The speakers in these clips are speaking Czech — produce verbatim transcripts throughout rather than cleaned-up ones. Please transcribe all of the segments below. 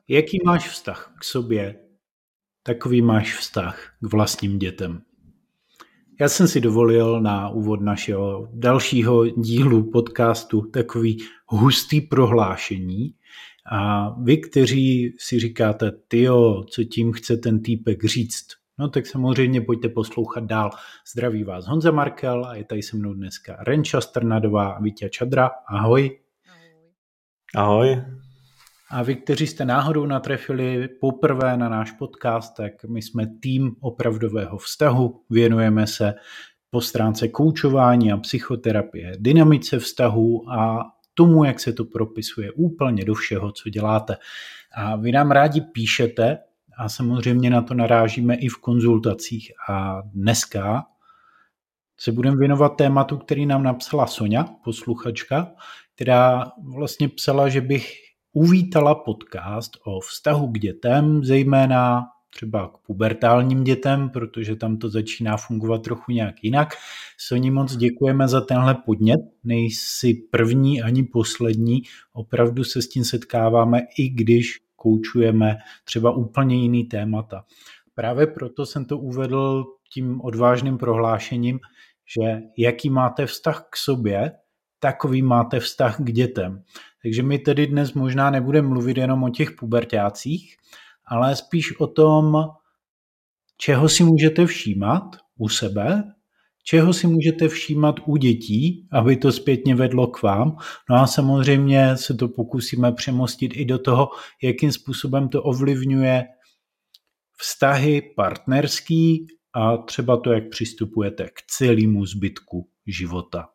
Jaký máš vztah k sobě, takový máš vztah k vlastním dětem. Já jsem si dovolil na úvod našeho dalšího dílu podcastu takový hustý prohlášení. A vy, kteří si říkáte, tyjo, co tím chce ten týpek říct, no tak samozřejmě pojďte poslouchat dál. Zdraví vás Honza Markel a je tady se mnou dneska Renča Strnadová a Vítě Čadra. Ahoj. Ahoj. Ahoj. A vy, kteří jste náhodou natrefili poprvé na náš podcast, tak my jsme tým opravdového vztahu, věnujeme se po stránce koučování a psychoterapie, dynamice vztahu a tomu, jak se to propisuje úplně do všeho, co děláte. A vy nám rádi píšete a samozřejmě na to narážíme i v konzultacích. A dneska se budeme věnovat tématu, který nám napsala Sonja, posluchačka, která vlastně psala, že bych uvítala podcast o vztahu k dětem, zejména třeba k pubertálním dětem, protože tam to začíná fungovat trochu nějak jinak. Soni, moc děkujeme za tenhle podnět. Nejsi první ani poslední. Opravdu se s tím setkáváme, i když koučujeme třeba úplně jiný témata. Právě proto jsem to uvedl tím odvážným prohlášením, že jaký máte vztah k sobě, takový máte vztah k dětem. Takže my tedy dnes možná nebudeme mluvit jenom o těch puberťácích, ale spíš o tom, čeho si můžete všímat u sebe, čeho si můžete všímat u dětí, aby to zpětně vedlo k vám. No a samozřejmě se to pokusíme přemostit i do toho, jakým způsobem to ovlivňuje vztahy partnerský a třeba to, jak přistupujete k celému zbytku života.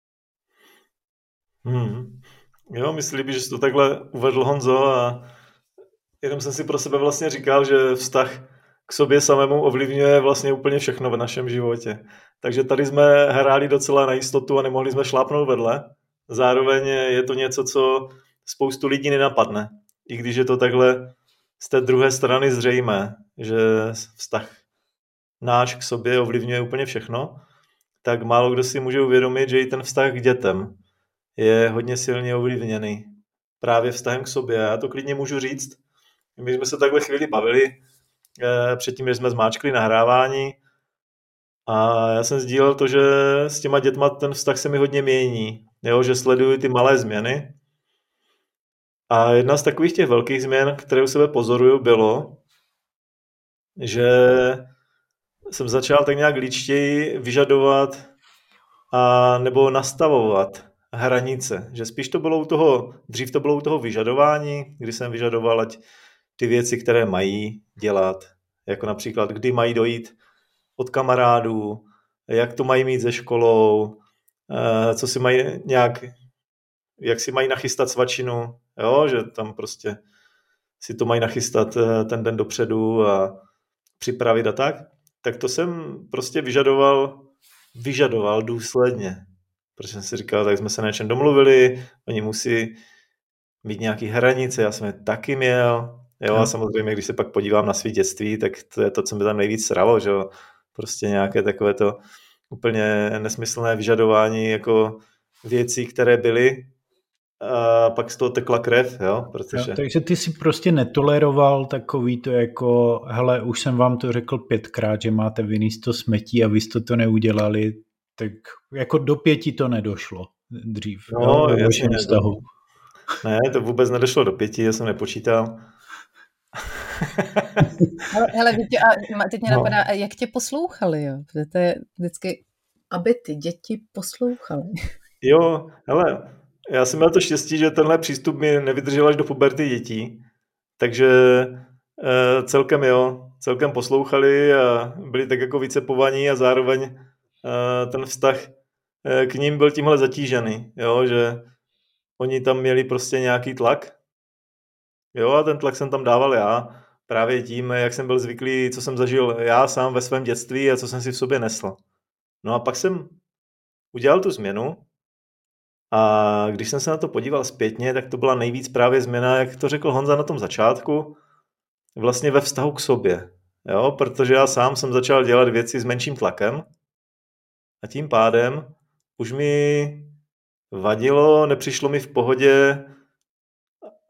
Hmm. Jo, mi se líbí, že jsi to takhle uvedl, Honzo, a jenom jsem si pro sebe vlastně říkal, že vztah k sobě samému ovlivňuje vlastně úplně všechno v našem životě. Takže tady jsme hráli docela na jistotu a nemohli jsme šlápnout vedle. Zároveň je to něco, co spoustu lidí nenapadne. I když je to takhle z té druhé strany zřejmé, že vztah náš k sobě ovlivňuje úplně všechno, tak málo kdo si může uvědomit, že i ten vztah k dětem je hodně silně ovlivněný právě vztahem k sobě. Já to klidně můžu říct. My jsme se takhle chvíli bavili eh, předtím, než jsme zmáčkli nahrávání, a já jsem sdílel to, že s těma dětma ten vztah se mi hodně mění, jo? Že sleduju ty malé změny. A jedna z takových těch velkých změn, které u sebe pozoruju, bylo, že jsem začal tak nějak ličtěji vyžadovat a nebo nastavovat hranice. Že spíš to bylo u toho, dřív to bylo u toho vyžadování, kdy jsem vyžadoval, ať ty věci, které mají dělat, jako například, kdy mají dojít od kamarádů, jak to mají mít se školou, co si mají nějak, jak si mají nachystat svačinu, jo, že tam prostě si to mají nachystat ten den dopředu a připravit a tak, tak to jsem prostě vyžadoval, vyžadoval důsledně. Protože jsem si říkal, tak jsme se na něčem domluvili, oni musí mít nějaký hranice, já jsem je taky měl, jo, a samozřejmě, když se pak podívám na svý dětství, tak to je to, co mi tam nejvíc sralo, že jo, prostě nějaké takové to úplně nesmyslné vyžadování jako věcí, které byly, a pak z toho tekla krev, jo, protože... Jo, takže ty si prostě netoleroval takový to jako, hele, už jsem vám to řekl pětkrát, že máte vynést to smetí a vy jste to neudělali, tak jako do pěti to nedošlo dřív. No, jo, jasně, vztahu. Ne, to vůbec nedošlo do pěti, já jsem nepočítal. Hele, hele Vítě, a teď mě No. napadá, jak tě poslouchali, jo? Protože to je vždycky, aby ty děti poslouchali. Jo, hele, já jsem měl to štěstí, že tenhle přístup mi nevydržel až do puberty dětí, takže e, celkem jo, celkem poslouchali a byli tak jako vycepovaní a zároveň e, ten vztah e, k ním byl tímhle zatížený, jo, že oni tam měli prostě nějaký tlak, jo, a ten tlak jsem tam dával já, právě tím, jak jsem byl zvyklý, co jsem zažil já sám ve svém dětství a co jsem si v sobě nesl. No a pak jsem udělal tu změnu. A když jsem se na to podíval zpětně, tak to byla nejvíc právě změna, jak to řekl Honza na tom začátku, vlastně ve vztahu k sobě. Jo? Protože já sám jsem začal dělat věci s menším tlakem a tím pádem už mi vadilo, nepřišlo mi v pohodě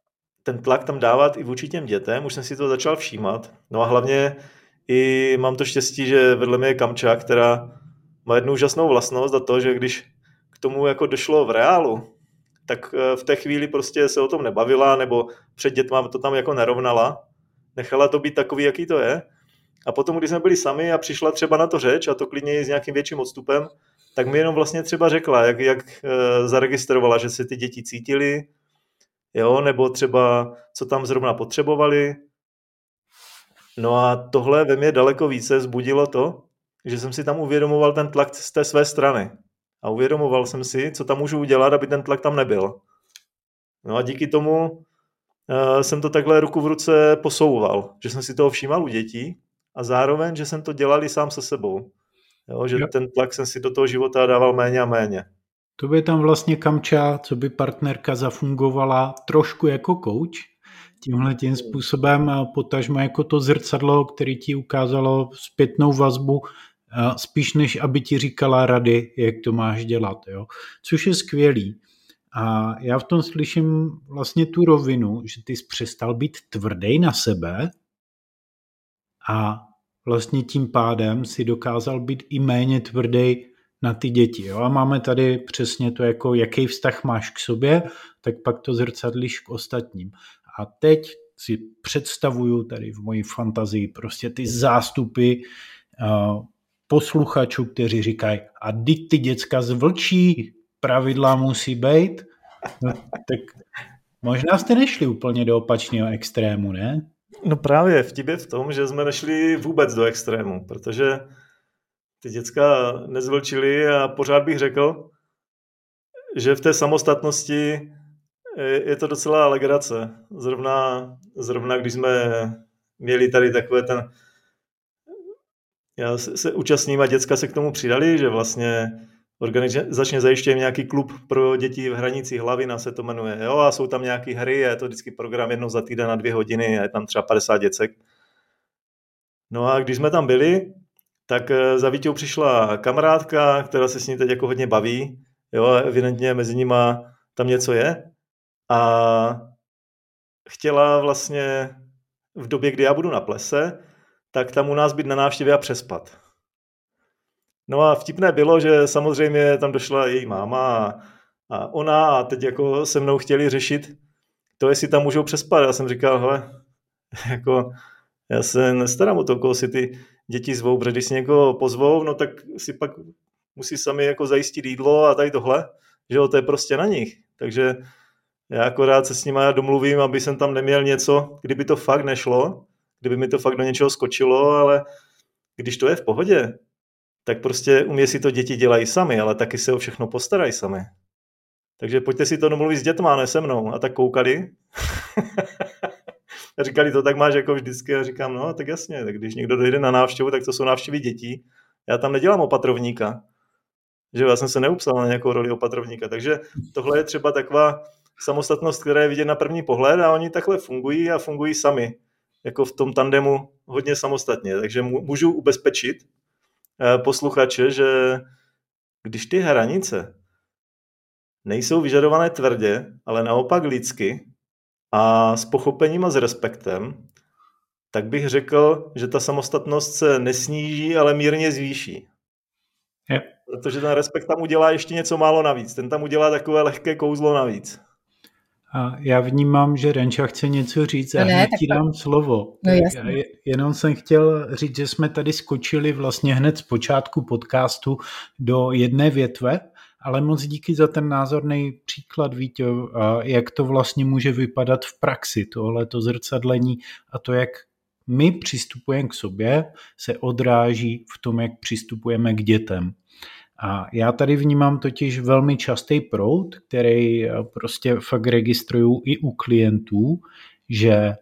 ten tlak tam dávat i vůči těm dětem, už jsem si to začal všímat. No a hlavně i mám to štěstí, že vedle mě je Kamča, která má jednu úžasnou vlastnost a to, že když k tomu jako došlo v reálu, tak v té chvíli prostě se o tom nebavila, nebo před dětma to tam jako nerovnala. Nechala to být takový, jaký to je. A potom, když jsme byli sami a přišla třeba na to řeč, a to klidně i s nějakým větším odstupem, tak mi jenom vlastně třeba řekla, jak, jak e, zaregistrovala, že se ty děti cítily, jo, nebo třeba co tam zrovna potřebovali. No a tohle ve mně daleko více vzbudilo to, že jsem si tam uvědomoval ten tlak z té své strany. A uvědomoval jsem si, co tam můžu udělat, aby ten tlak tam nebyl. No a díky tomu uh, jsem to takhle ruku v ruce posouval, že jsem si toho všímal u dětí a zároveň, že jsem to dělal i sám se sebou. Jo, že jo. Ten tlak jsem si do toho života dával méně a méně. To by tam vlastně Kamča, co by partnerka zafungovala trošku jako coach, tímhle tím způsobem a potažmo jako to zrcadlo, který ti ukázalo zpětnou vazbu, spíš než aby ti říkala rady, jak to máš dělat. Jo? Což je skvělý. A já v tom slyším vlastně tu rovinu, že ty jsi přestal být tvrdý na sebe a vlastně tím pádem si dokázal být i méně tvrdý na ty děti. Jo? A máme tady přesně to, jako jaký vztah máš k sobě, tak pak to zrcadlíš k ostatním. A teď si představuju tady v mojí fantazii prostě ty zástupy uh, posluchačů, kteří říkají, a teď ty děcka zvlčí, pravidla musí být. No, tak možná jste nešli úplně do opačného extrému, ne? No právě vtip je v tom, že jsme nešli vůbec do extrému, protože ty děcka nezvlčili a pořád bych řekl, že v té samostatnosti je to docela legrace. Zrovna, zrovna když jsme měli tady takové ten... Já se, se účastním a děcka se k tomu přidali, že vlastně organizačně zajišťujeme nějaký klub pro děti v hranicích Hlavina, se to jmenuje. Jo, a jsou tam nějaké hry, je to vždycky program jednou za týden na dvě hodiny a je tam třeba padesát děcek. No a když jsme tam byli, tak za Víťou přišla kamarádka, která se s ní teď jako hodně baví. Jo, evidentně mezi nima tam něco je. A chtěla vlastně v době, kdy já budu na plese, tak tam u nás být na návštěvě a přespat. No a vtipné bylo, že samozřejmě tam došla její máma a, a ona a teď jako se mnou chtěli řešit to, jestli tam můžou přespat. Já jsem říkal, hele, jako já se nestarám o to, koho si ty děti zvou, protože když si někoho pozvou, no tak si pak musí sami jako zajistit jídlo a tady tohle, že jo, to je prostě na nich. Takže já akorát se s nima domluvím, aby jsem tam neměl něco, kdyby to fakt nešlo, kdyby mi to fakt do něčeho skočilo, ale když to je v pohodě, tak prostě u mě si to děti dělají sami, ale taky se o všechno postarají sami. Takže pojďte si to domluvit s dětma, ne se mnou. A tak koukali. A říkali, to tak máš jako vždycky. A říkám, no tak jasně, tak když někdo dojde na návštěvu, tak to jsou návštěvy dětí. Já tam nedělám opatrovníka. Že já jsem se neupsal na nějakou roli opatrovníka. Takže tohle je třeba taková samostatnost, která je vidět na první pohled a oni takhle fungují a fungují sami. Jako v tom tandemu hodně samostatně. Takže můžu ubezpečit posluchače, že když ty hranice nejsou vyžadované tvrdě, ale naopak lidsky a s pochopením a s respektem, tak bych řekl, že ta samostatnost se nesníží, ale mírně zvýší. Je. Protože ten respekt tam udělá ještě něco málo navíc. Ten tam udělá takové lehké kouzlo navíc. A já vnímám, že Renča chce něco říct a hned ti dám slovo. No jasně. Jenom jsem chtěl říct, že jsme tady skočili vlastně hned z počátku podcastu do jedné větve, ale moc díky za ten názorný příklad, Víťo, jak to vlastně může vypadat v praxi, tohleto zrcadlení a to, jak my přistupujeme k sobě, se odráží v tom, jak přistupujeme k dětem. A já tady vnímám totiž velmi častý proud, který prostě fakt registruju i u klientů, že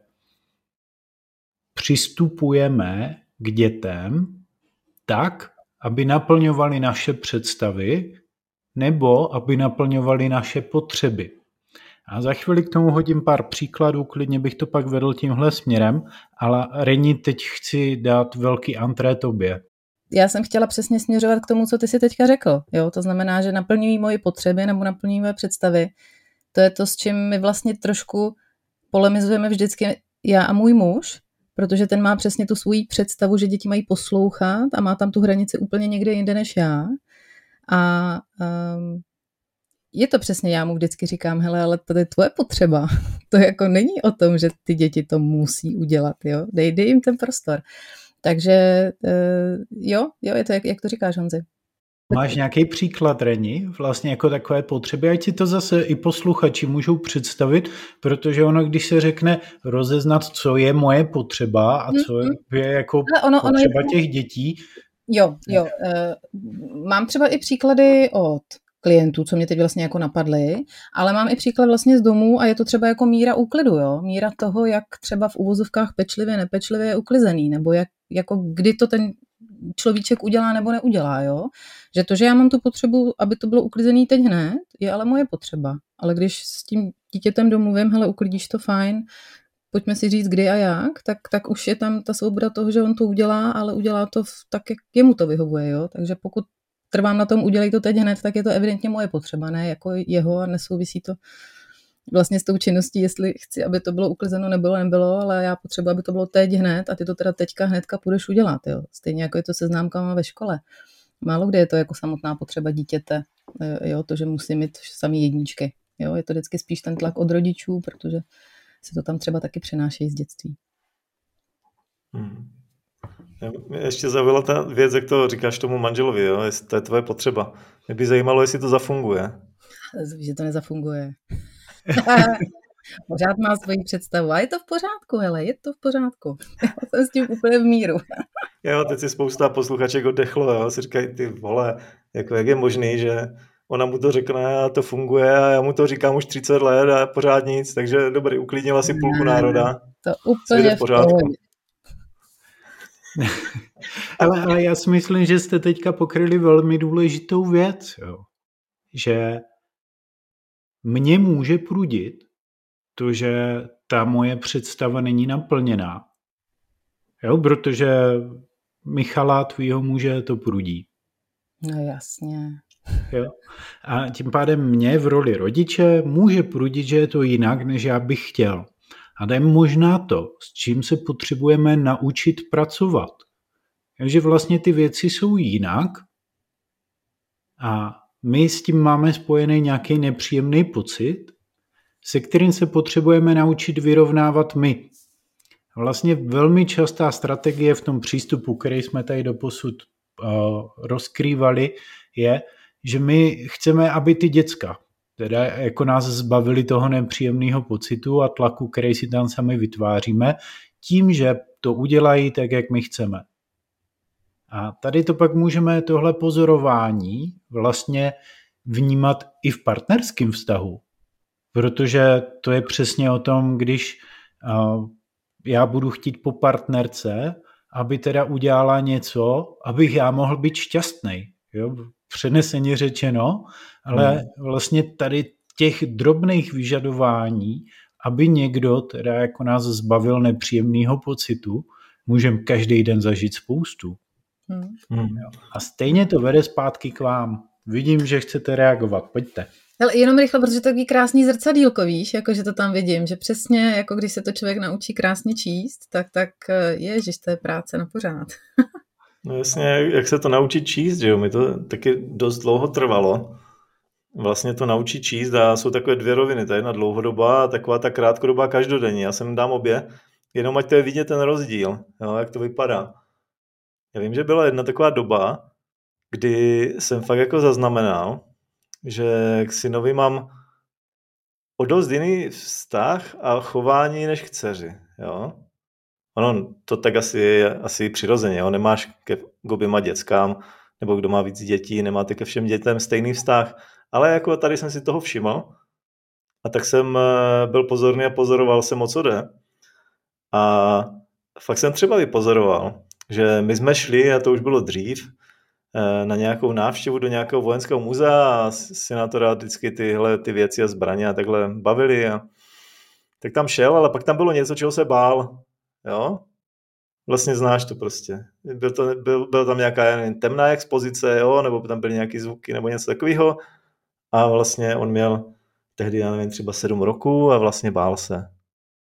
přistupujeme k dětem tak, aby naplňovali naše představy nebo aby naplňovali naše potřeby. A za chvíli k tomu hodím pár příkladů, klidně bych to pak vedl tímhle směrem, ale Reni, teď chci dát velký antré tobě. Já jsem chtěla přesně směřovat k tomu, co ty si teďka řekl. Jo? To znamená, že naplňují moje potřeby nebo naplňují moje představy. To je to, s čím my vlastně trošku polemizujeme vždycky já a můj muž, protože ten má přesně tu svou představu, že děti mají poslouchat a má tam tu hranici úplně někde jinde než já. A um, je to přesně, já mu vždycky říkám, hele, ale to je tvoje potřeba. To jako není o tom, že ty děti to musí udělat, jo. Dej, dej jim ten prostor. Takže uh, jo, jo, je to, jak, jak to říkáš, Honzi. Máš nějaký příklad, Reni, vlastně jako takové potřeby, ať si to zase i posluchači můžou představit, protože ono, když se řekne rozeznat, co je moje potřeba a co je jako ono, potřeba ono je... těch dětí. Jo, jo. Uh, mám třeba i příklady od klientů, co mě teď vlastně jako napadly, ale mám i příklad vlastně z domů a je to třeba jako míra úklidu, jo, míra toho, jak třeba v uvozovkách pečlivě, nepečlivě je uklizený, nebo jak, jako kdy to ten človíček udělá nebo neudělá, jo. Že to, že já mám tu potřebu, aby to bylo uklizený teď hned, je ale moje potřeba. Ale když s tím dítětem domluvím, hele, uklidíš to, fajn, pojďme si říct kdy a jak, tak, tak už je tam ta svoboda toho, že on to udělá, ale udělá to tak, jak jemu to vyhovuje, jo. Takže pokud trvám na tom, udělej to teď hned, tak je to evidentně moje potřeba, ne jako jeho a nesouvisí to vlastně s tou činností, jestli chci, aby to bylo uklizeno, nebylo, nebylo, ale já potřebuji, aby to bylo teď hned a ty to teda teďka hnedka půjdeš udělat, jo. Stejně jako je to se známkama ve škole. Málo kde je to jako samotná potřeba dítěte, jo, to, že musí mít samý jedničky, jo. Je to vždycky spíš ten tlak od rodičů, protože se to tam třeba taky přenášejí z dětství. Hmm. Mě ještě zaujala ta věc, jak to říkáš tomu manželovi, jo? Jestli to je tvoje potřeba. Mě by zajímalo, jestli to zafunguje. Že to nezafunguje. Pořád má svoji představu. A je to v pořádku, hele, je to v pořádku. Já jsem s tím úplně v míru. Jo, teď si spousta posluchaček oddechlo, jo? Si říkají, ty vole, jako jak je možný, že ona mu to řekne a to funguje a já mu to říkám už třicet let a pořád nic, takže dobrý, uklidnila si půlku národa. To úplně v pořádku. ale, ale já si myslím, že jste teďka pokryli velmi důležitou věc, jo. Že mně může prudit to, že ta moje představa není naplněná. Jo, protože Michala, tvýho muže, to prudí. No jasně. Jo. A tím pádem mě v roli rodiče může prudit, že je to jinak, než já bych chtěl. A to je možná to, s čím se potřebujeme naučit pracovat. Takže vlastně ty věci jsou jinak a my s tím máme spojený nějaký nepříjemný pocit, se kterým se potřebujeme naučit vyrovnávat my. Vlastně velmi častá strategie v tom přístupu, který jsme tady doposud uh, rozkrývali, je, že my chceme, aby ty děcka teda jako nás zbavili toho nepříjemného pocitu a tlaku, který si tam sami vytváříme, tím, že to udělají tak, jak my chceme. A tady to pak můžeme tohle pozorování vlastně vnímat i v partnerském vztahu, protože to je přesně o tom, když uh, já budu chtít po partnerce, aby teda udělala něco, abych já mohl být šťastný. Jo? Přeneseně řečeno, ale hmm. vlastně tady těch drobných vyžadování, aby někdo teda jako nás zbavil nepříjemného pocitu, můžeme každý den zažít spoustu. Hmm. Hmm. A stejně to vede zpátky k vám. Vidím, že chcete reagovat. Pojďte. Ale jenom rychle, protože to je takový krásný zrcadýlko, víš, jako že to tam vidím, že přesně, jako když se to člověk naučí krásně číst, tak, tak ježiš, to je práce na pořád. No jasně, jak se to naučit číst, že jo, mi to taky dost dlouho trvalo. Vlastně to naučit číst a jsou takové dvě roviny, ta jedna dlouhodobá a taková ta krátkodobá každodenní. Já jsem dám obě, jenom ať to je vidět ten rozdíl, jo, jak to vypadá. Já vím, že byla jedna taková doba, kdy jsem fakt jako zaznamenal, že k synovi mám o dost jiný vztah a chování než k dceři, jo. Ono to tak asi je asi přirozeně, jo? Nemáš ke k oběma dětskám, nebo kdo má víc dětí, nemáte ke všem dětem stejný vztah, ale jako tady jsem si toho všiml a tak jsem byl pozorný a pozoroval jsem, o co jde. A fakt jsem třeba vypozoroval, že my jsme šli, a to už bylo dřív, na nějakou návštěvu do nějakého vojenského muzea a senátora vždycky tyhle ty věci a zbraně a takhle bavili. A tak tam šel, ale pak tam bylo něco, čeho se bál. Jo? Vlastně znáš to prostě. Byl, to, byl, byl tam nějaká nevím, temná expozice, jo? Nebo tam byly nějaké zvuky nebo něco takového. A vlastně on měl tehdy, já nevím, třeba sedm roků a vlastně bál se.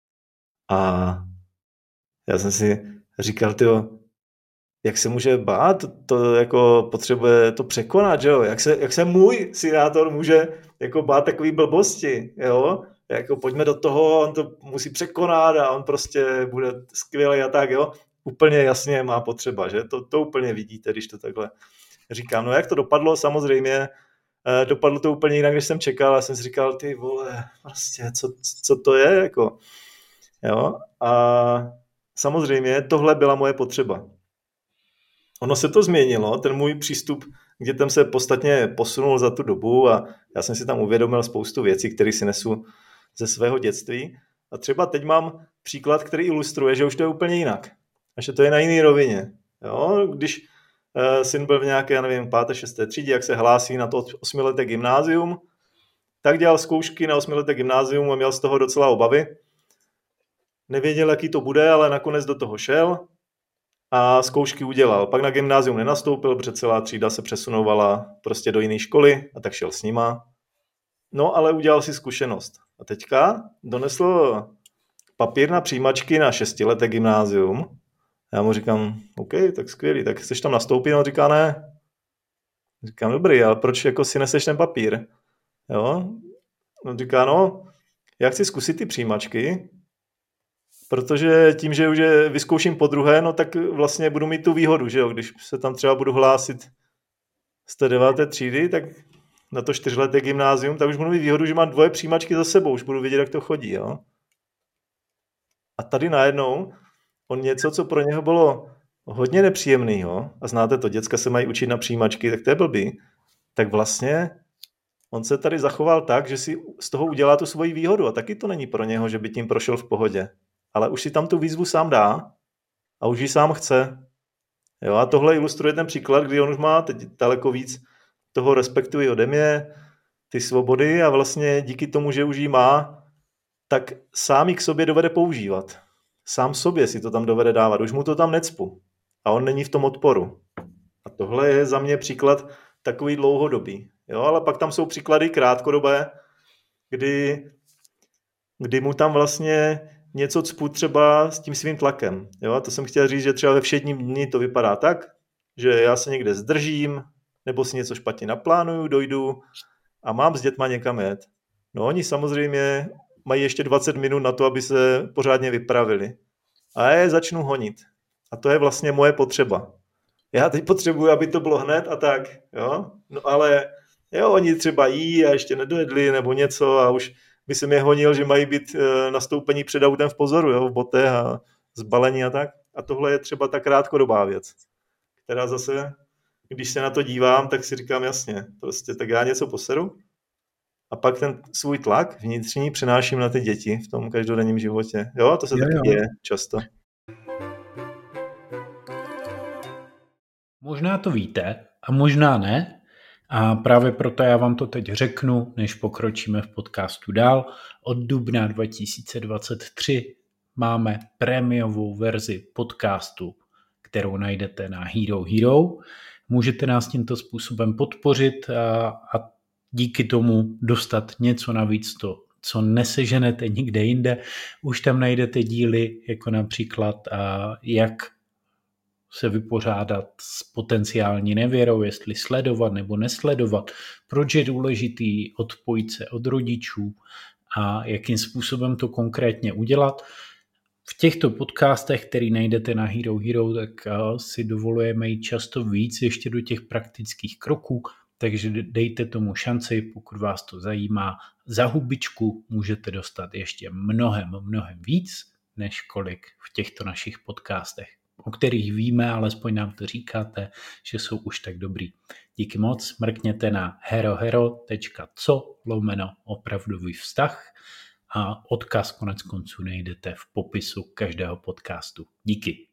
A já jsem si říkal, tyjo, jak se může bát, to, to jako potřebuje to překonat, že jo? Jak se, jak se můj synátor může jako bát takový blbosti, jo? Jako pojďme do toho, on to musí překonat a on prostě bude skvělý a tak, jo? Úplně jasně má potřeba, že? To, to úplně vidíte, když to takhle říkám. No jak to dopadlo? Samozřejmě eh, dopadlo to úplně jinak, než jsem čekal. Já jsem si říkal, ty vole, prostě, co, co to je, jako, jo? A samozřejmě tohle byla moje potřeba. Ono se to změnilo, ten můj přístup k dětem se podstatně posunul za tu dobu a já jsem si tam uvědomil spoustu věcí, které si nesu ze svého dětství. A třeba teď mám příklad, který ilustruje, že už to je úplně jinak. A že to je na jiný rovině. Jo? Když uh, syn byl v nějaké, já nevím, páté, šesté třídě, jak se hlásí na to osmileté gymnázium, tak dělal zkoušky na osmileté gymnázium a měl z toho docela obavy. Nevěděl, jaký to bude, ale nakonec do toho šel a zkoušky udělal. Pak na gymnázium nenastoupil, protože celá třída se přesunovala prostě do jiné školy a tak šel s nima. No, ale udělal si zkušenost. A teďka donesl papír na přijímačky na šestileté gymnázium. Já mu říkám, OK, tak skvělý, tak chceš tam nastoupit? On říká, ne. Říkám, dobrý, ale proč jako si neseš ten papír? Jo? On říká, no, já chci zkusit ty přijímačky, protože tím, že už je vyzkouším po druhé, no tak vlastně budu mít tu výhodu, že jo, když se tam třeba budu hlásit z té deváté třídy, tak na to čtyřleté gymnázium, tak už budu mít výhodu, že mám dvoje přijímačky za sebou, už budu vědět, jak to chodí, jo. A tady najednou on něco, co pro něho bylo hodně nepříjemného, a znáte to, děcka se mají učit na přijímačky, tak to je blbý, tak vlastně on se tady zachoval tak, že si z toho udělá tu svoji výhodu a taky to není pro něho, že by tím prošel v pohodě. Ale už si tam tu výzvu sám dá a už ji sám chce. Jo, a tohle ilustruje ten příklad, kdy on už má teď daleko víc toho respektu i ode mě, ty svobody a vlastně díky tomu, že už ji má, tak sám ji k sobě dovede používat. Sám sobě si to tam dovede dávat. Už mu to tam necpu. A on není v tom odporu. A tohle je za mě příklad takový dlouhodobý. Jo, ale pak tam jsou příklady krátkodobé, kdy, kdy mu tam vlastně něco cpu třeba s tím svým tlakem. Jo? A to jsem chtěl říct, že třeba ve všedním dni to vypadá tak, že já se někde zdržím, nebo si něco špatně naplánuju, dojdu a mám s dětma někam jet. No oni samozřejmě mají ještě dvacet minut na to, aby se pořádně vypravili. A já je začnu honit. A to je vlastně moje potřeba. Já teď potřebuji, aby to bylo hned a tak. Jo? No ale jo, oni třeba jí a ještě nedojedli nebo něco a už by jsem je honil, že mají být nastoupení před autem v pozoru, jo, v botech a zbalení a tak. A tohle je třeba ta krátkodobá věc, která zase, když se na to dívám, tak si říkám jasně, prostě tak já něco poseru a pak ten svůj tlak vnitřní přenáším na ty děti v tom každodenním životě. Jo, to se jo, taky jo. děje často. Možná to víte a možná ne. A právě proto já vám to teď řeknu, než pokročíme v podcastu dál. Od dubna dva tisíce dvacet tři máme prémiovou verzi podcastu, kterou najdete na Hero Hero. Můžete nás tímto způsobem podpořit a, a díky tomu dostat něco navíc, to, co neseženete nikde jinde. Už tam najdete díly, jako například a, jak se vypořádat s potenciální nevěrou, jestli sledovat nebo nesledovat, proč je důležitý odpojit se od rodičů a jakým způsobem to konkrétně udělat. V těchto podcastech, který najdete na Hero Hero, tak si dovolujeme jít často víc ještě do těch praktických kroků, takže dejte tomu šanci, pokud vás to zajímá. Za hubičku můžete dostat ještě mnohem, mnohem víc, než kolik v těchto našich podcastech, o kterých víme, alespoň nám to říkáte, že jsou už tak dobrý. Díky moc, mrkněte na herohero tečka co lomeno opravdový vztah a odkaz konec konců najdete v popisu každého podcastu. Díky.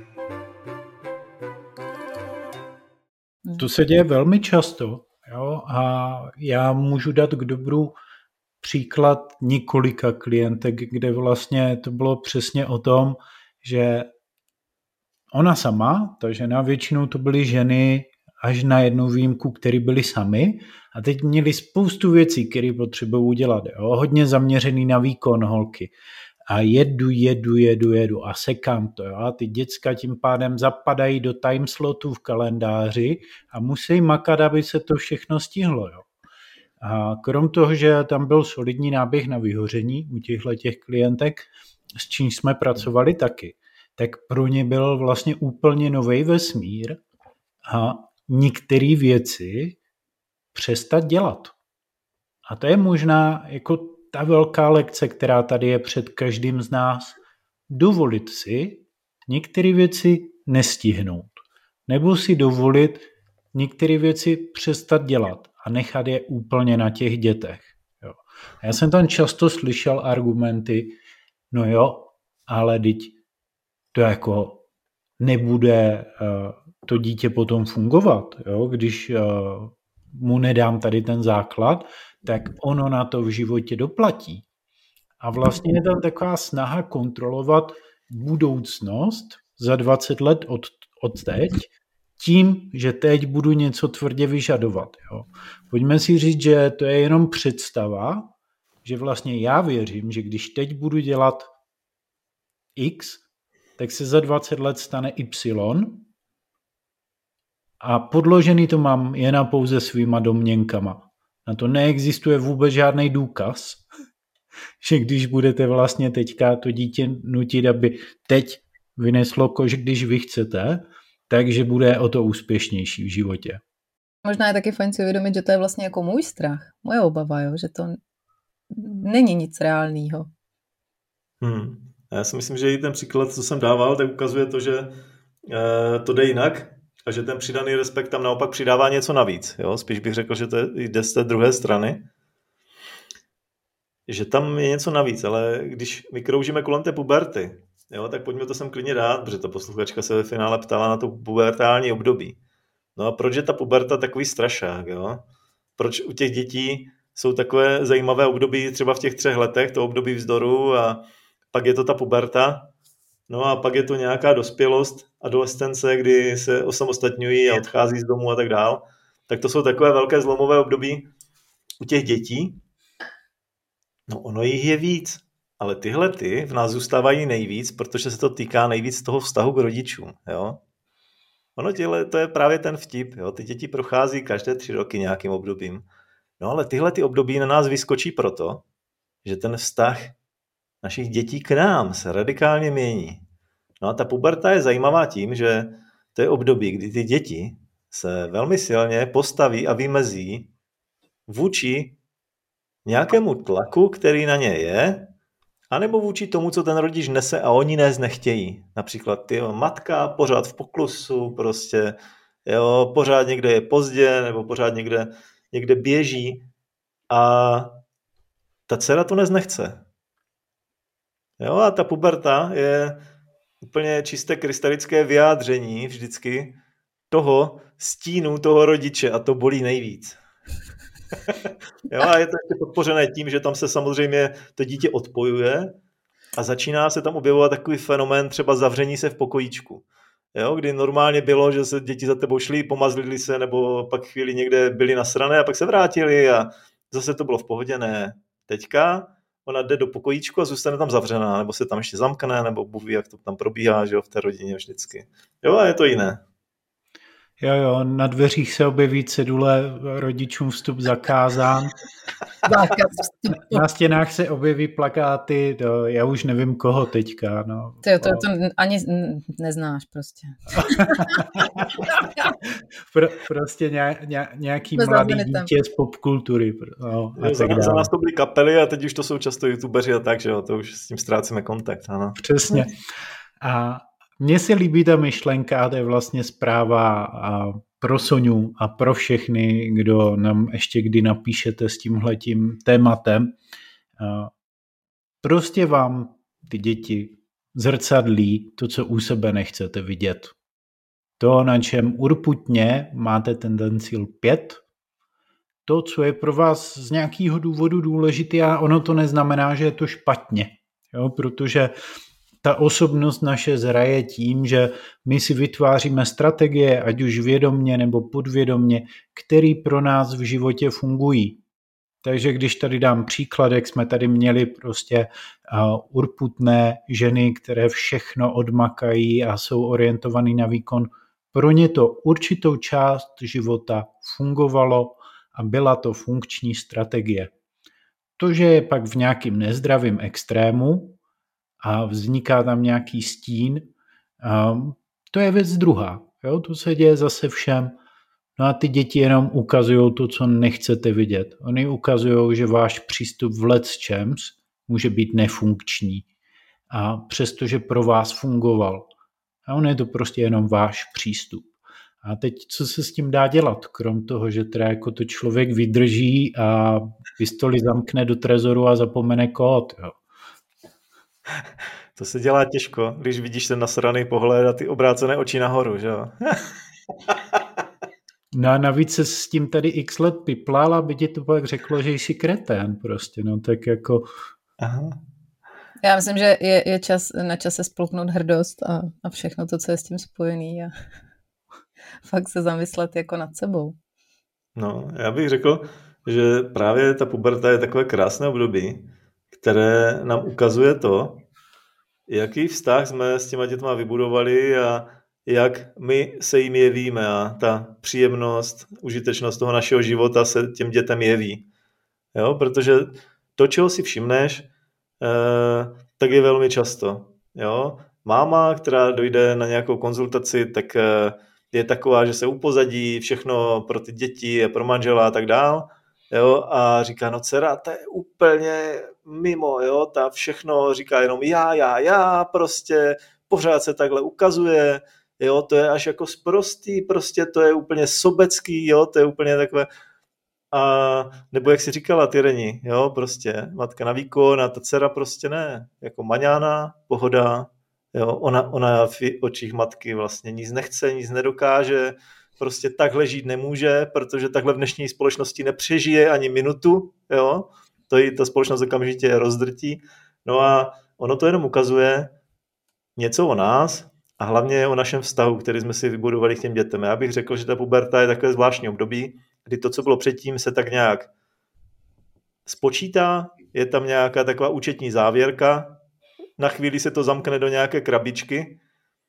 To se děje velmi často, jo? A já můžu dát k dobru příklad několika klientek, kde vlastně to bylo přesně o tom, že ona sama, ta žena, většinou to byly ženy až na jednu výjimku, které byly samy a teď měli spoustu věcí, které potřebují udělat. Jo? Hodně zaměřený na výkon holky. a jedu, jedu, jedu, jedu a sekám to. Jo? A ty děcka tím pádem zapadají do timeslotu v kalendáři a musí makat, aby se to všechno stihlo. Jo? A krom toho, že tam byl solidní náběh na vyhoření u těchto těch klientek, s čím jsme pracovali taky, tak pro ně byl vlastně úplně nový vesmír a některé věci přestat dělat. A to je možná jako ta velká lekce, která tady je před každým z nás. Dovolit si některé věci nestihnout. Nebo si dovolit některé věci přestat dělat a nechat je úplně na těch dětech. Jo. Já jsem tam často slyšel argumenty, no jo, ale teď to jako nebude uh, to dítě potom fungovat, jo? Když uh, mu nedám tady ten základ, tak ono na to v životě doplatí. A vlastně je tam taková snaha kontrolovat budoucnost za dvacet let od, od teď, tím, že teď budu něco tvrdě vyžadovat. Jo? Pojďme si říct, že to je jenom představa, že vlastně já věřím, že když teď budu dělat X, tak se za dvacet let stane Y a podložený to mám jen pouze svýma domněnkama. Na to neexistuje vůbec žádný důkaz, že když budete vlastně teďka to dítě nutit, aby teď vyneslo koš, když vy chcete, takže bude o to úspěšnější v životě. Možná je taky fajn si uvědomit, že to je vlastně jako můj strach, moje obava, jo? Že to není nic reálného. Hmm. Já si myslím, že i ten příklad, co jsem dával, tak ukazuje to, že e, to jde jinak a že ten přidaný respekt tam naopak přidává něco navíc. Jo? Spíš bych řekl, že to jde z té druhé strany. Že tam je něco navíc, ale když my kroužíme kolem té puberty, jo, tak pojďme to sem klidně dát, protože ta posluchačka se ve finále ptala na to pubertální období. No a proč je ta puberta takový strašák? Jo? Proč u těch dětí jsou takové zajímavé období třeba v těch třech letech, to období vzdoru a pak je to ta puberta, no a pak je to nějaká dospělost, adolescence, kdy se osamostatňují a odchází z domu a tak dál. Tak to jsou takové velké zlomové období u těch dětí. No ono jich je víc, ale tyhle ty v nás zůstávají nejvíc, protože se to týká nejvíc toho vztahu k rodičům. Jo? Ono těhle, to je právě ten vtip. Jo? Ty děti prochází každé tři roky nějakým obdobím. No ale tyhle ty období na nás vyskočí proto, že ten vztah našich dětí k nám se radikálně mění. No a ta puberta je zajímavá tím, že to je období, kdy ty děti se velmi silně postaví a vymezí vůči nějakému tlaku, který na ně je, anebo vůči tomu, co ten rodič nese a oni nést nechtějí. Například tyjo, matka pořád v poklusu, prostě, jo, pořád někde je pozdě, nebo pořád někde, někde běží a ta dcera to nést nechce. Jo, a ta puberta je úplně čisté krystalické vyjádření vždycky toho stínu toho rodiče a to bolí nejvíc. Jo, a je to ještě podpořené tím, že tam se samozřejmě to dítě odpojuje a začíná se tam objevovat takový fenomén třeba zavření se v pokojíčku. Jo, kdy normálně bylo, že se děti za tebou šli, pomazlili se nebo pak chvíli někde byli nasrané a pak se vrátili a zase to bylo v pohodě. Ne, teďka ona jde do pokojíčku a zůstane tam zavřená, nebo se tam ještě zamkne, nebo Bůh ví, jak to tam probíhá, že jo, v té rodině vždycky. Jo, a je to jiné. Jo, jo, na dveřích se objeví cedule rodičům vstup zakázán. Na stěnách se objeví plakáty, do, já už nevím koho teďka. No. To, to, to ani neznáš prostě. Pro, prostě nějak, nějaký Bez mladý dítě z popkultury. No, a za, za nás to byly kapely a teď už to jsou často youtubeři a tak, že jo, to už s tím ztrácíme kontakt. Ano. Přesně. A mně se líbí ta myšlenka, to je vlastně zpráva a pro Soňu a pro všechny, kdo nám ještě kdy napíšete s tímhletím tématem. Prostě vám ty děti zrcadlí to, co u sebe nechcete vidět. To, na čem urputně máte tendenci lpět, to, co je pro vás z nějakého důvodu důležité, a ono to neznamená, že je to špatně, jo, protože ta osobnost naše zraje tím, že my si vytváříme strategie, ať už vědomně nebo podvědomně, které pro nás v životě fungují. Takže když tady dám příklad, jak jsme tady měli prostě uh, urputné ženy, které všechno odmakají a jsou orientovaný na výkon, pro ně to určitou část života fungovalo a byla to funkční strategie. To, že je pak v nějakým nezdravým extrému a vzniká tam nějaký stín, um, to je věc druhá. Jo? To se děje zase všem. No a ty děti jenom ukazují to, co nechcete vidět. Oni ukazují, že váš přístup v lecčems může být nefunkční. A přestože pro vás fungoval. A on je to prostě jenom váš přístup. A teď, co se s tím dá dělat? Krom toho, že teda jako to člověk vydrží a pistoli zamkne do trezoru a zapomene kód. Jo. To se dělá těžko, když vidíš ten nasraný pohled a ty obrácené oči nahoru, že jo? No a navíc se s tím tady x let piplal, aby ti to pak řeklo, že jsi kretén prostě, no tak jako... Aha. Já myslím, že je, je čas, na čase spolknout hrdost a, a všechno to, co je s tím spojený a fakt se zamyslet jako nad sebou. No, já bych řekl, že právě ta puberta je takové krásné období, které nám ukazuje to, jaký vztah jsme s těma dětma vybudovali a jak my se jim jevíme a ta příjemnost, užitečnost toho našeho života se těm dětem jeví. Jo? Protože to, čeho si všimneš, eh, tak je velmi často. Jo? Máma, která dojde na nějakou konzultaci, tak eh, je taková, že se upozadí všechno pro ty děti a pro manžela a tak dál. Jo? A říká, no dcera, to je úplně mimo, jo? Ta všechno říká jenom já, já, já, prostě pořád se takhle ukazuje. Jo, to je až jako sprostý, prostě to je úplně sobecký, jo, to je úplně takové, a nebo jak si říkala ty Reni, jo, prostě matka na výkon a ta dcera prostě ne, jako maňána, pohoda, jo, ona, ona v očích matky vlastně nic nechce, nic nedokáže, prostě takhle žít nemůže, protože takhle v dnešní společnosti nepřežije ani minutu, jo, to jí ta společnost okamžitě rozdrtí, no a ono to jenom ukazuje něco o nás, a hlavně o našem vztahu, který jsme si vybudovali k těm dětem. Já bych řekl, že ta puberta je takové zvláštní období, kdy to, co bylo předtím, se tak nějak spočítá, je tam nějaká taková účetní závěrka, na chvíli se to zamkne do nějaké krabičky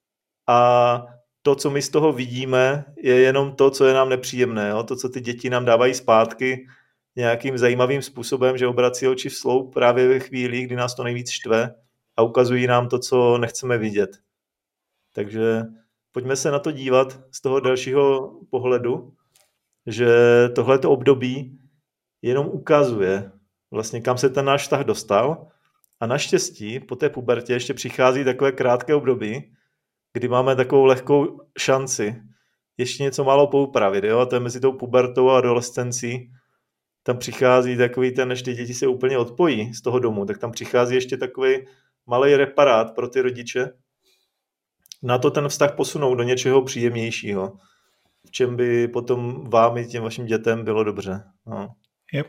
a to, co my z toho vidíme, je jenom to, co je nám nepříjemné. Jo? To, co ty děti nám dávají zpátky nějakým zajímavým způsobem, že obrací oči v sloup právě ve chvíli, kdy nás to nejvíc štve a ukazují nám to, co nechceme vidět. Takže pojďme se na to dívat z toho dalšího pohledu, že tohleto období jenom ukazuje vlastně, kam se ten náš vztah dostal a naštěstí po té pubertě ještě přichází takové krátké období, kdy máme takovou lehkou šanci ještě něco málo poupravit, jo? A to je mezi tou pubertou a adolescencí. Tam přichází takový ten, než ty děti se úplně odpojí z toho domu, tak tam přichází ještě takový malej reparát pro ty rodiče, na to ten vztah posunou do něčeho příjemnějšího, v čem by potom vám i těm vašim dětem bylo dobře. No. Yep.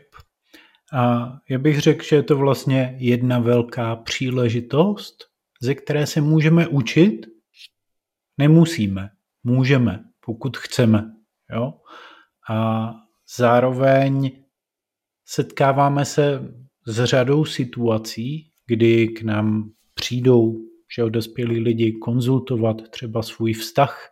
A já bych řekl, že je to vlastně jedna velká příležitost, ze které se můžeme učit. Nemusíme, můžeme, pokud chceme. Jo? A zároveň setkáváme se s řadou situací, kdy k nám přijdou že dospělí lidi konzultovat třeba svůj vztah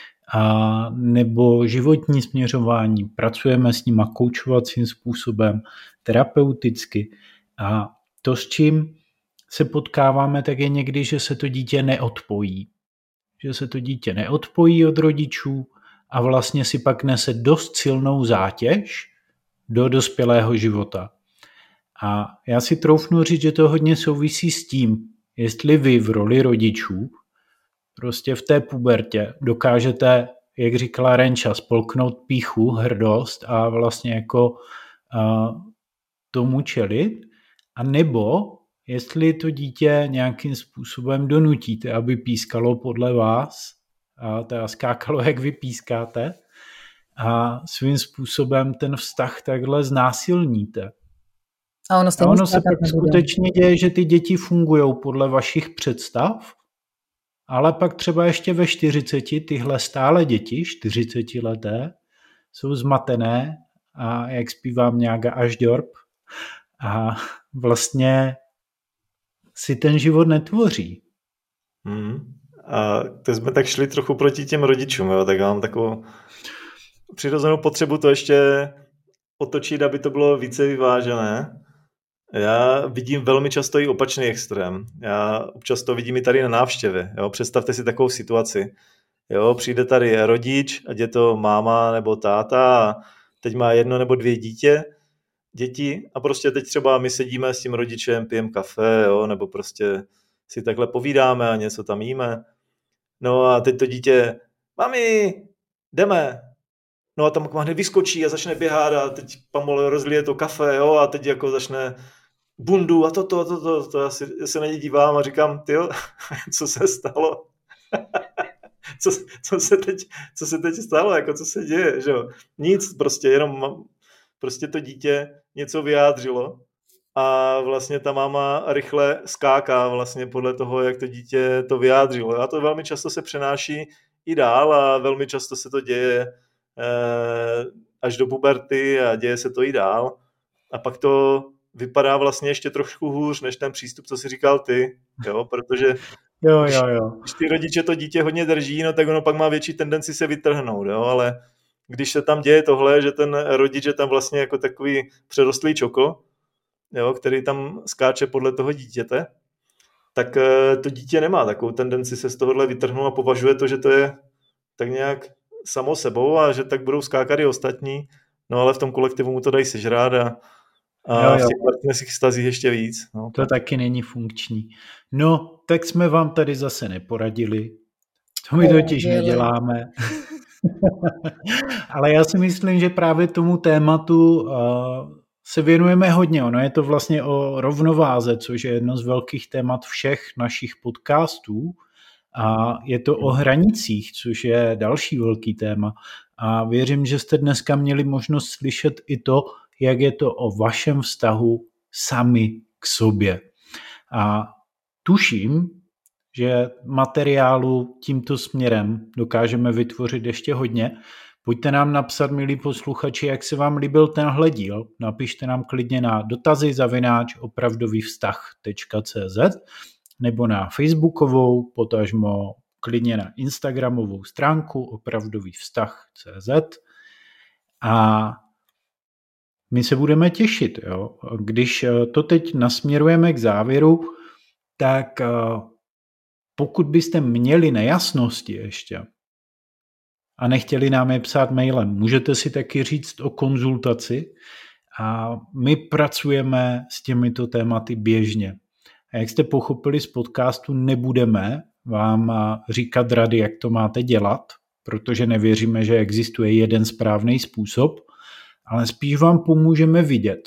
a nebo životní směřování. Pracujeme s nima koučovacím způsobem, terapeuticky. A to, s čím se potkáváme, tak je někdy, že se to dítě neodpojí. Že se to dítě neodpojí od rodičů a vlastně si pak nese dost silnou zátěž do dospělého života. A já si troufnu říct, že to hodně souvisí s tím, jestli vy v roli rodičů prostě v té pubertě dokážete, jak říkala Renča, spolknout pýchu, hrdost a vlastně jako uh, tomu čelit, a nebo jestli to dítě nějakým způsobem donutíte, aby pískalo podle vás, a teda skákalo, jak vy pískáte, a svým způsobem ten vztah takhle znásilníte. A ono, a ono se tak skutečně děje, že ty děti fungují podle vašich představ, ale pak třeba ještě ve čtyřiceti tyhle stále děti, čtyřicetileté, jsou zmatené a jak zpívá Mňága Ažďorb a vlastně si ten život netvoří. Hmm. A to jsme tak šli trochu proti těm rodičům, jo? Tak mám takovou přirozenou potřebu to ještě otočit, aby to bylo více vyvážené. Já vidím velmi často i opačný extrém. Já občas to vidím i tady na návštěvě. Jo? Představte si takovou situaci. Jo? Přijde tady rodič, ať je to máma nebo táta a teď má jedno nebo dvě dítě, děti a prostě teď třeba my sedíme s tím rodičem, pijeme kafe, jo? Nebo prostě si takhle povídáme a něco tam jíme. No a teď to dítě, mami, jdeme. No a tam hned vyskočí a začne běhat a teď pomalu rozlije to kafe, jo, a teď jako začne bundu a toto, toto, to, to já, si, já se na ně dívám a říkám, tyjo, co se stalo? co, co, se teď, co se teď stalo, jako co se děje, že jo? Nic, prostě jenom prostě to dítě něco vyjádřilo a vlastně ta máma rychle skáká vlastně podle toho, jak to dítě to vyjádřilo. A to velmi často se přenáší i dál a velmi často se to děje až do puberty a děje se to i dál. A pak to vypadá vlastně ještě trošku hůř, než ten přístup, co jsi říkal ty, jo, protože jo, jo, jo. když ty rodiče to dítě hodně drží, no tak ono pak má větší tendenci se vytrhnout, jo, ale když se tam děje tohle, že ten rodič je tam vlastně jako takový přerostlý čoko, jo, který tam skáče podle toho dítěte, tak to dítě nemá takovou tendenci se z tohohle vytrhnout a považuje to, že to je tak nějak samo sebou a že tak budou skákat i ostatní, no ale v tom kolektivu mu to dají sežrát a, a jo, jo. v těch partnerských vztazích ještě víc. No. To taky není funkční. No, tak jsme vám tady zase neporadili. To my totiž neděláme. Ale já si myslím, že právě tomu tématu uh, se věnujeme hodně. Ono je to vlastně o rovnováze, což je jedno z velkých témat všech našich podcastů. A je to o hranicích, což je další velký téma. A věřím, že jste dneska měli možnost slyšet i to, jak je to o vašem vztahu sami k sobě. A tuším, že materiálu tímto směrem dokážeme vytvořit ještě hodně. Pojďte nám napsat, milí posluchači, jak se vám líbil tenhle díl. Napište nám klidně na dotazy zavináč opravdový vztah tečka cé zet nebo na facebookovou, potažmo klidně na instagramovou stránku opravdový vztah tečka cé zet a my se budeme těšit. Jo? Když to teď nasměrujeme k závěru, tak pokud byste měli nejasnosti ještě a nechtěli nám je psát mailem, můžete si taky říct o konzultaci a my pracujeme s těmito tématy běžně. A jak jste pochopili z podcastu, nebudeme vám říkat rady, jak to máte dělat, protože nevěříme, že existuje jeden správný způsob, ale spíš vám pomůžeme vidět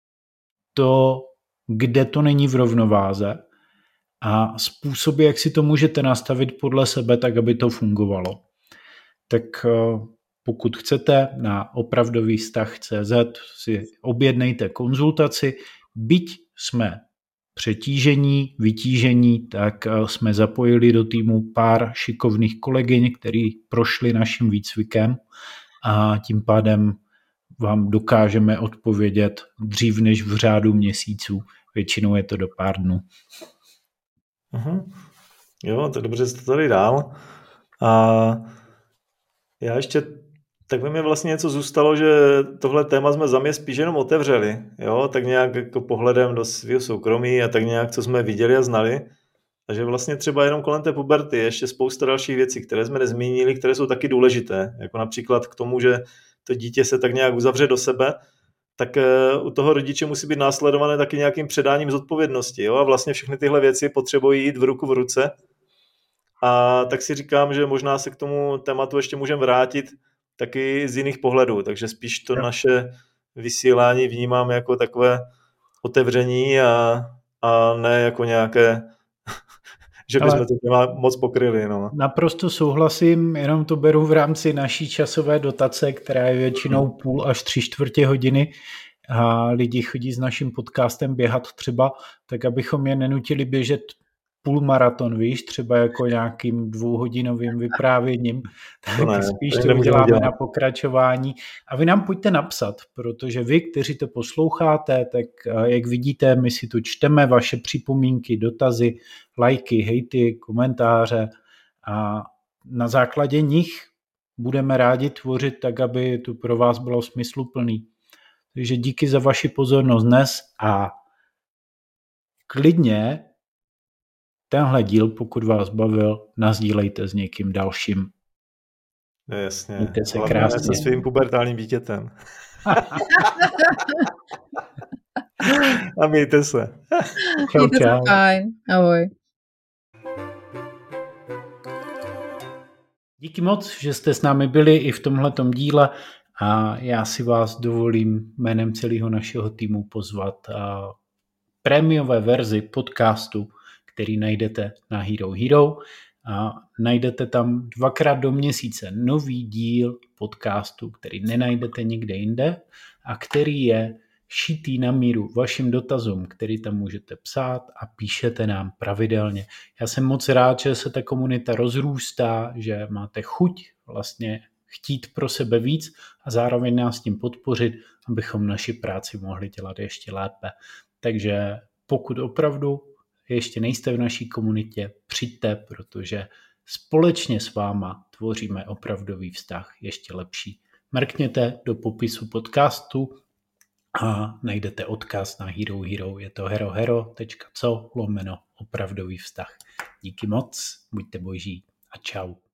to, kde to není v rovnováze a způsoby, jak si to můžete nastavit podle sebe, tak aby to fungovalo. Tak pokud chcete, na opravdový vztah tečka cé zet si objednejte konzultaci, byť jsme přetížení, vytížení, tak jsme zapojili do týmu pár šikovných kolegyň, který prošli naším výcvikem a tím pádem vám dokážeme odpovědět dřív než v řádu měsíců. Většinou je to do pár dnů. Aha. Jo, to dobře jste tady dál. A já ještě, tak by mi vlastně něco zůstalo, že tohle téma jsme za mě spíš jenom otevřeli, jo, tak nějak jako pohledem do svého soukromí a tak nějak, co jsme viděli a znali. A že vlastně třeba jenom kolem té puberty je ještě spousta dalších věcí, které jsme nezmínili, které jsou taky důležité, jako například k tomu, že to dítě se tak nějak uzavře do sebe, tak u toho rodiče musí být následované taky nějakým předáním zodpovědnosti, jo, a vlastně všechny tyhle věci potřebují jít v ruku v ruce. A tak si říkám, že možná se k tomu tématu ještě můžeme vrátit taky z jiných pohledů, takže spíš to no. naše vysílání vnímám jako takové otevření a, a ne jako nějaké, že bychom Ale to téma moc pokryli. No. Naprosto souhlasím, jenom to beru v rámci naší časové dotace, která je většinou hmm. půl až tři čtvrtě hodiny a lidi chodí s naším podcastem běhat třeba, tak abychom je nenutili běžet půlmaraton, víš, třeba jako nějakým dvouhodinovým vyprávěním, tak ne, spíš to to nemůžeme uděláme dělat. na pokračování. A vy nám pojďte napsat, protože vy, kteří to posloucháte, tak jak vidíte, my si tu čteme vaše připomínky, dotazy, lajky, hejty, komentáře a na základě nich budeme rádi tvořit tak, aby to pro vás bylo smysluplný. Takže díky za vaši pozornost dnes a klidně tenhle díl, pokud vás bavil, nasdílejte s někým dalším. No, jasně. Mějte se Hlavně krásně. se svým pubertálním dítětem. A mějte se. Čau, Mějte se čau. fajn. Ahoj. Díky moc, že jste s námi byli i v tomhletom díle a já si vás dovolím jménem celého našeho týmu pozvat a prémiové verzi podcastu, který najdete na Hero Hero a najdete tam dvakrát do měsíce nový díl podcastu, který nenajdete nikde jinde a který je šitý na míru vašim dotazům, který tam můžete psát a píšete nám pravidelně. Já jsem moc rád, že se ta komunita rozrůstá, že máte chuť vlastně chtít pro sebe víc a zároveň nás tím podpořit, abychom naši práci mohli dělat ještě lépe. Takže pokud opravdu ještě nejste v naší komunitě, přijďte, protože společně s váma tvoříme opravdový vztah ještě lepší. Mrkněte do popisu podcastu a najdete odkaz na Hero Hero. Je to herohero tečka co lomeno opravdový vztah. Díky moc, buďte boží a čau.